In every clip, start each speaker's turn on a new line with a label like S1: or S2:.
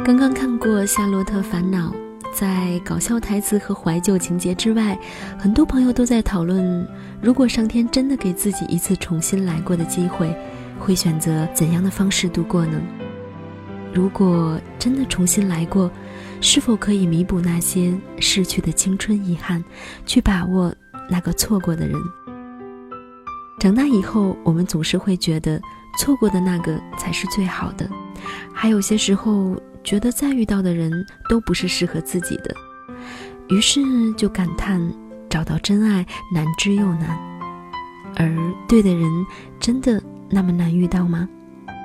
S1: 刚刚看过《夏洛特烦恼》，在搞笑台词和怀旧情节之外，很多朋友都在讨论，如果上天真的给自己一次重新来过的机会，会选择怎样的方式度过呢？如果真的重新来过，是否可以弥补那些逝去的青春遗憾，去把握那个错过的人？长大以后，我们总是会觉得错过的那个才是最好的，还有些时候觉得再遇到的人都不是适合自己的，于是就感叹找到真爱难之又难。而对的人真的那么难遇到吗？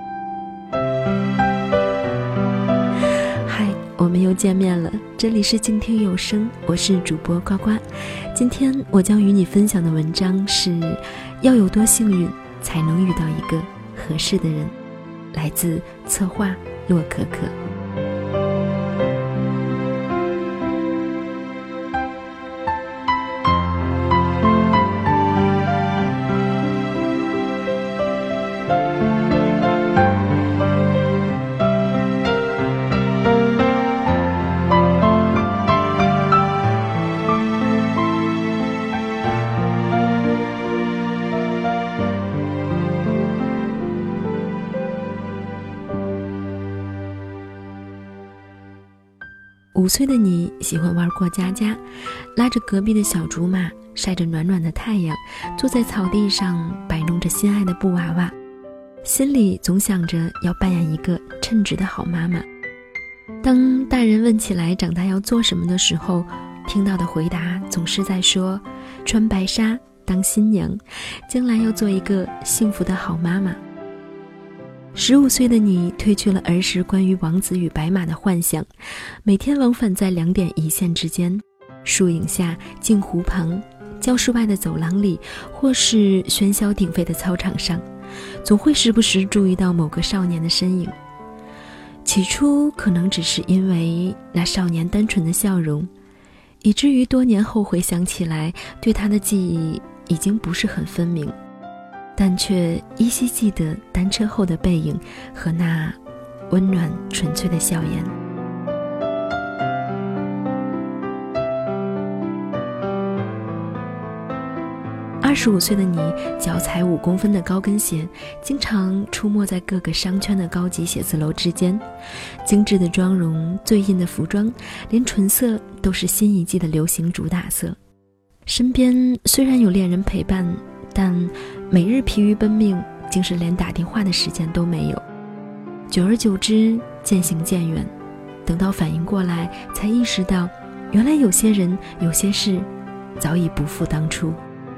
S1: 嗨，我们又见面了，这里是静听有声，我是主播呱呱。今天我将与你分享的文章是要有多幸运才能遇到一个合适的人，来自策划洛可可。5岁的你喜欢玩过家家，拉着隔壁的小竹马，晒着暖暖的太阳，坐在草地上摆弄着心爱的布娃娃，心里总想着要扮演一个称职的好妈妈。当大人问起来长大要做什么的时候，听到的回答总是在说穿白纱当新娘，将来要做一个幸福的好妈妈。15岁的你褪去了儿时关于王子与白马的幻想，每天往返在2点一线之间，树影下，镜湖旁，教室外的走廊里，或是喧嚣鼎沸的操场上，总会时不时注意到某个少年的身影。起初可能只是因为那少年单纯的笑容，以至于多年后回想起来，对他的记忆已经不是很分明，但却依稀记得单车后的背影和那温暖纯粹的笑颜。25岁的你脚踩5公分的高跟鞋，经常出没在各个商圈的高级写字楼之间，精致的妆容，最硬的服装，连唇色都是新一季的流行主打色。身边虽然有恋人陪伴，但每日疲于奔命，竟是连打电话的时间都没有。久而久之，渐行渐远，等到反应过来，才意识到原来有些人有些事早已不复当初。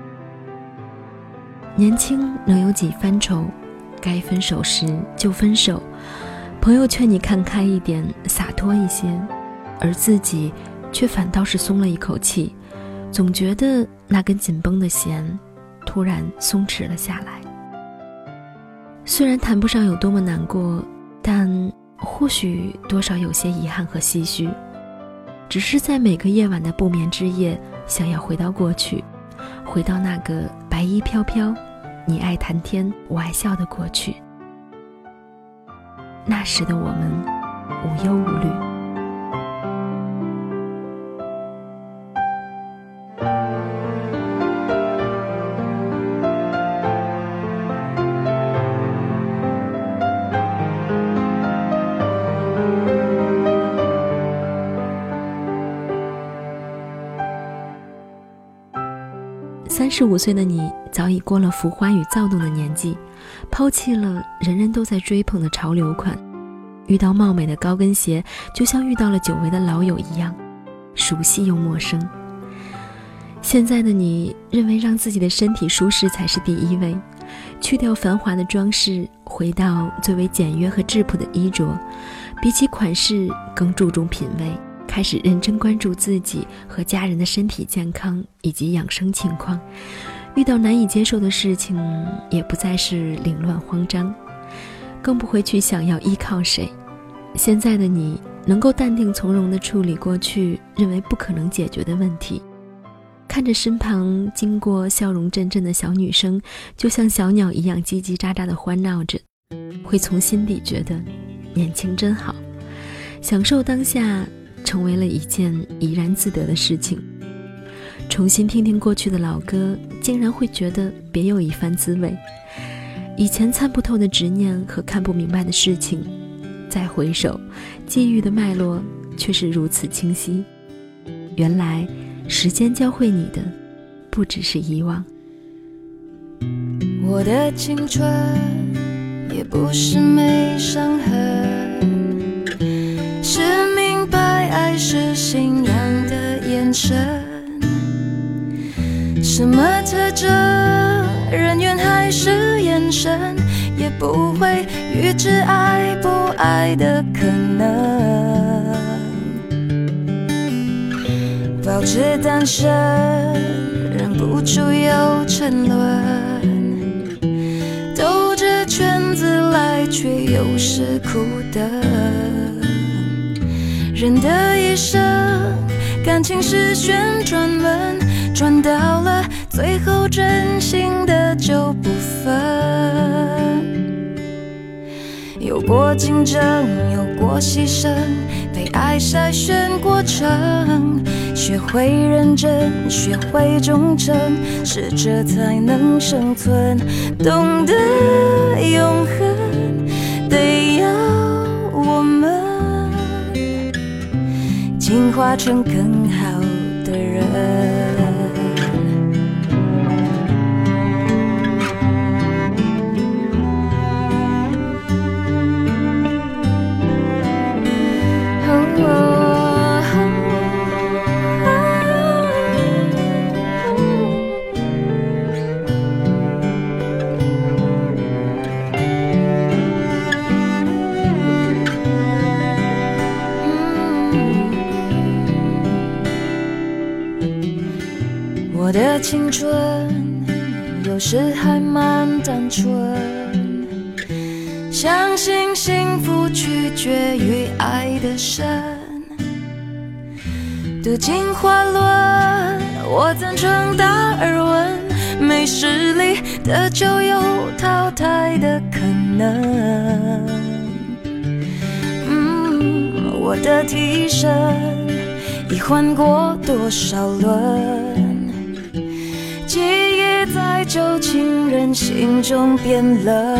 S1: 年轻能有几番愁，该分手时就分手，朋友劝你看开一点，洒脱一些，而自己却反倒是松了一口气，总觉得那根紧绷的弦突然松弛了下来。虽然谈不上有多么难过，但或许多少有些遗憾和唏嘘，只是在每个夜晚的不眠之夜，想要回到过去，回到那个白衣飘飘，你爱谈天我爱笑的过去。那时的我们无忧无虑。35岁的你早已过了浮华与躁动的年纪，抛弃了人人都在追捧的潮流款，遇到貌美的高跟鞋，就像遇到了久违的老友一样，熟悉又陌生。现在的你认为让自己的身体舒适才是第一位，去掉繁华的装饰，回到最为简约和质朴的衣着，比起款式更注重品味，开始认真关注自己和家人的身体健康以及养生情况，遇到难以接受的事情也不再是凌乱慌张，更不会去想要依靠谁。现在的你能够淡定从容地处理过去认为不可能解决的问题，看着身旁经过笑容阵阵的小女生，就像小鸟一样叽叽喳喳地欢闹着，会从心底觉得年轻真好。 享受当下成为了一件怡然自得的事情。重新听听过去的老歌，竟然会觉得别有一番滋味。以前参不透的执念和看不明白的事情，再回首，际遇的脉络却是如此清晰。原来时间教会你的不只是遗忘。
S2: 我的青春也不是没伤痕，是明白爱是信仰的眼神。什么特征，人缘还是眼神，也不会预知爱不爱的可能。保持单身，忍不住有沉沦，兜着圈子来，却又是苦的。人的一生，感情是旋转门，转到了最后，真心的就不分。有过竞争，有过牺牲，被爱筛选过程，学会认真，学会忠诚，适者才能生存。懂得永恒，得要我们进化成更好的人。我的青春有时还蛮单纯，相信幸福取决于爱的深。读进化论，我赞成达尔文，没实力的就有淘汰的可能。我的替身已换过多少轮，记忆在旧情人心中变冷。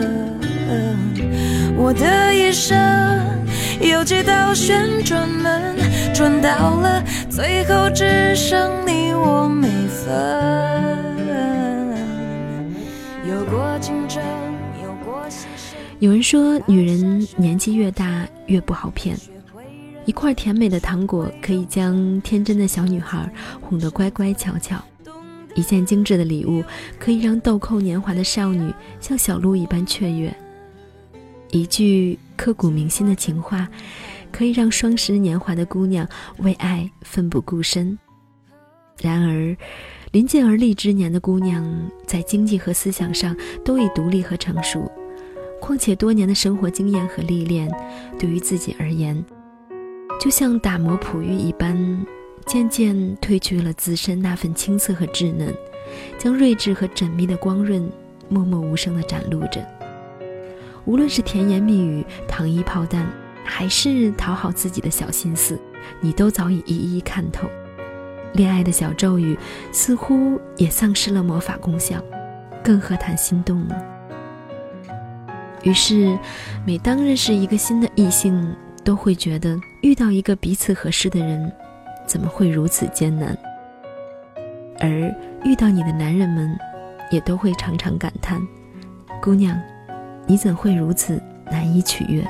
S2: 我的一生有几道旋转门，转到了最后，只剩你我没分。有过竞争，有过牺牲。
S1: 有人说，女人年纪越大越不好骗。一块甜美的糖果可以将天真的小女孩哄得乖乖巧巧，一件精致的礼物可以让豆蔻年华的少女像小鹿一般雀跃，一句刻骨铭心的情话可以让双十年华的姑娘为爱奋不顾身。然而临近而立之年的姑娘在经济和思想上都已独立和成熟，况且多年的生活经验和历练对于自己而言就像打磨璞玉一般，渐渐褪去了自身那份青涩和稚嫩，将睿智和缜密的光润默默无声地展露着。无论是甜言蜜语、糖衣炮弹，还是讨好自己的小心思，你都早已一一看透。恋爱的小咒语似乎也丧失了魔法功效，更何谈心动呢？于是每当认识一个新的异性，都会觉得遇到一个彼此合适的人怎么会如此艰难，而遇到你的男人们也都会常常感叹，姑娘，你怎会如此难以取悦。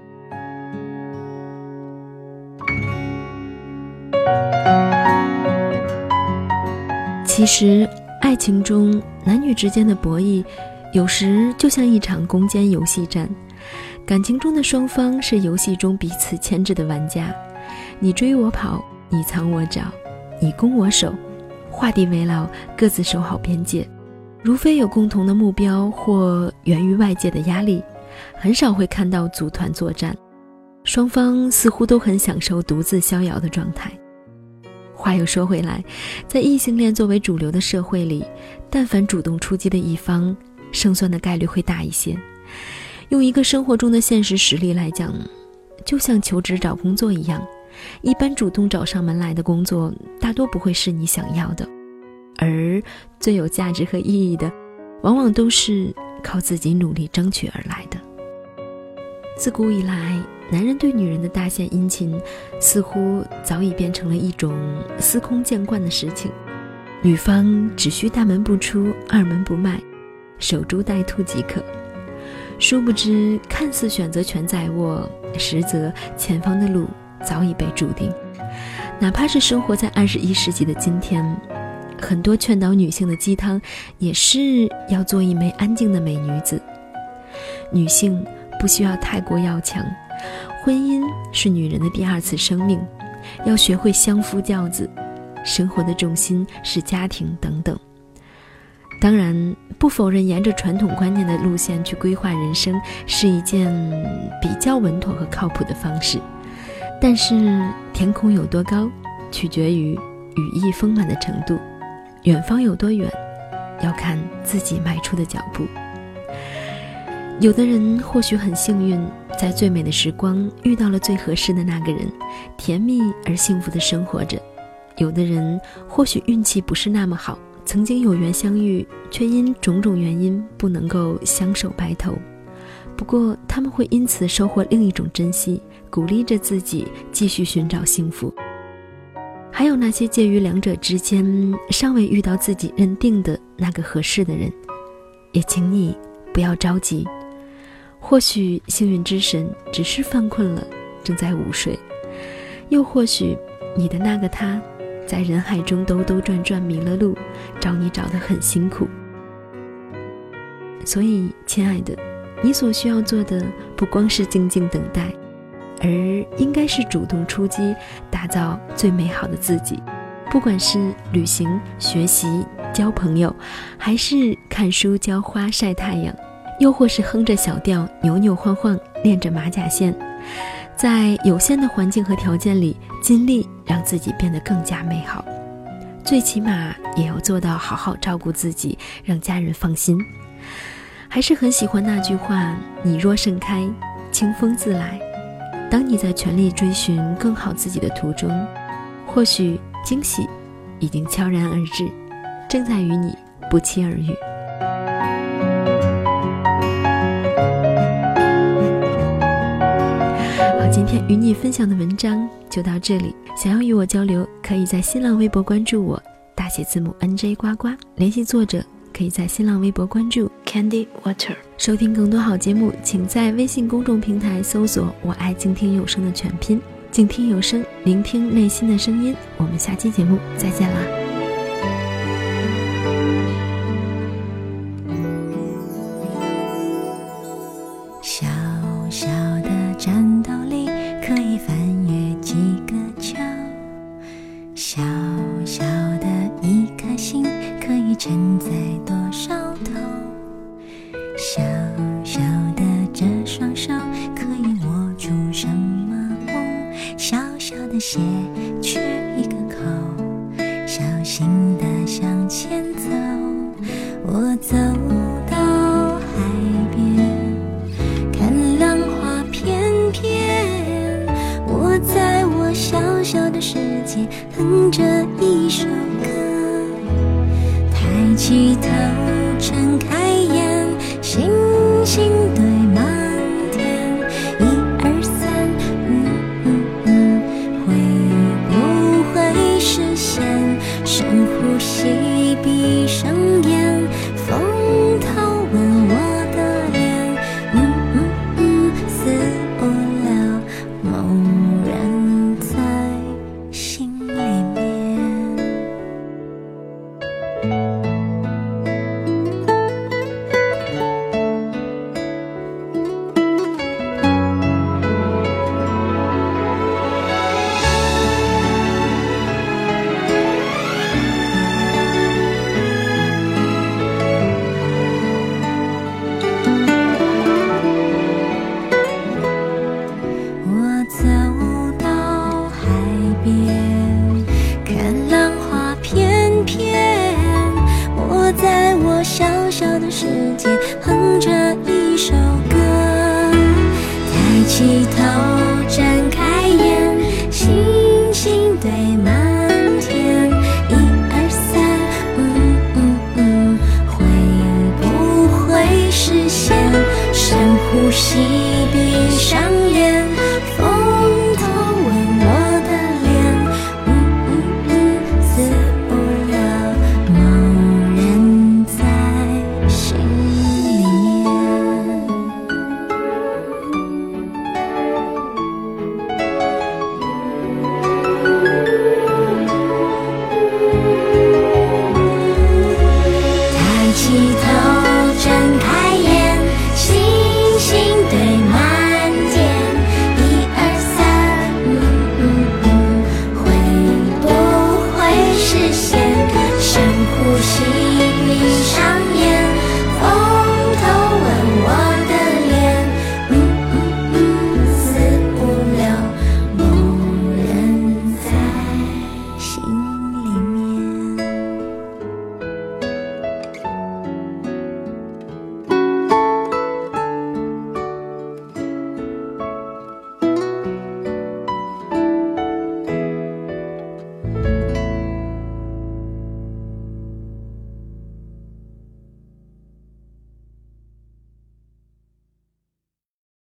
S1: 其实爱情中男女之间的博弈有时就像一场攻坚游戏战，感情中的双方是游戏中彼此牵制的玩家，你追我跑，你藏我找，你攻我守，画地为牢，各自守好边界。如非有共同的目标或源于外界的压力，很少会看到组团作战，双方似乎都很享受独自逍遥的状态。话又说回来，在异性恋作为主流的社会里，但凡主动出击的一方，胜算的概率会大一些。用一个生活中的现实实例来讲， 就像求职找工作一样，一般主动找上门来的工作大多不会是你想要的，而最有价值和意义的往往都是靠自己努力争取而来的。自古以来，男人对女人的大献殷勤似乎早已变成了一种司空见惯的事情，女方只需大门不出二门不迈，守株待兔即可。殊不知看似选择权在握，实则前方的路早已被注定。哪怕是生活在21世纪的今天，很多劝导女性的鸡汤也是要做一枚安静的美女子。女性不需要太过要强，婚姻是女人的第二次生命，要学会相夫教子，生活的重心是家庭等等。当然，不否认沿着传统观念的路线去规划人生是一件比较稳妥和靠谱的方式，但是天空有多高，取决于羽翼丰满的程度，远方有多远，要看自己迈出的脚步。有的人或许很幸运，在最美的时光遇到了最合适的那个人，甜蜜而幸福地生活着。有的人或许运气不是那么好，曾经有缘相遇，却因种种原因不能够相守白头。不过他们会因此收获另一种珍惜，鼓励着自己继续寻找幸福。还有那些介于两者之间，尚未遇到自己认定的那个合适的人，也请你不要着急。或许幸运之神只是犯困了，正在午睡，又或许你的那个他在人海中兜兜转转迷了路，找你找得很辛苦。所以亲爱的，你所需要做的不光是静静等待，而应该是主动出击，打造最美好的自己。不管是旅行、学习、交朋友，还是看书、浇花、晒太阳，又或是哼着小调扭扭晃晃练着马甲线，在有限的环境和条件里尽力让自己变得更加美好，最起码也要做到好好照顾自己，让家人放心。还是很喜欢那句话，你若盛开，清风自来。当你在全力追寻更好自己的途中，或许惊喜已经悄然而至，正在与你不期而遇。今天与你分享的文章就到这里，想要与我交流，可以在新浪微博关注我，大写字母 NJ 呱呱，联系作者可以在新浪微博关注 Candy Water。 收听更多好节目，请在微信公众平台搜索我爱静听有声的全拼，静听有声，聆听内心的声音。我们下期节目再见啦。
S2: 小小的战斗力可以翻越几个桥，小小的一颗心可以承载多少头，小小的这双手可以握住什么梦，小小的鞋缺一个口，小心地向前走，我走到海边，看浪花翩翩，我在我小小的世界哼着一首歌，抬起头睁开眼，星星堆满天，一二三，会不会实现？深呼吸，闭上眼，风透吻我的脸，似无聊，猛然在心里面。我走到海边，看浪花翩翩，我在我小小的世界哼着一首歌，抬起头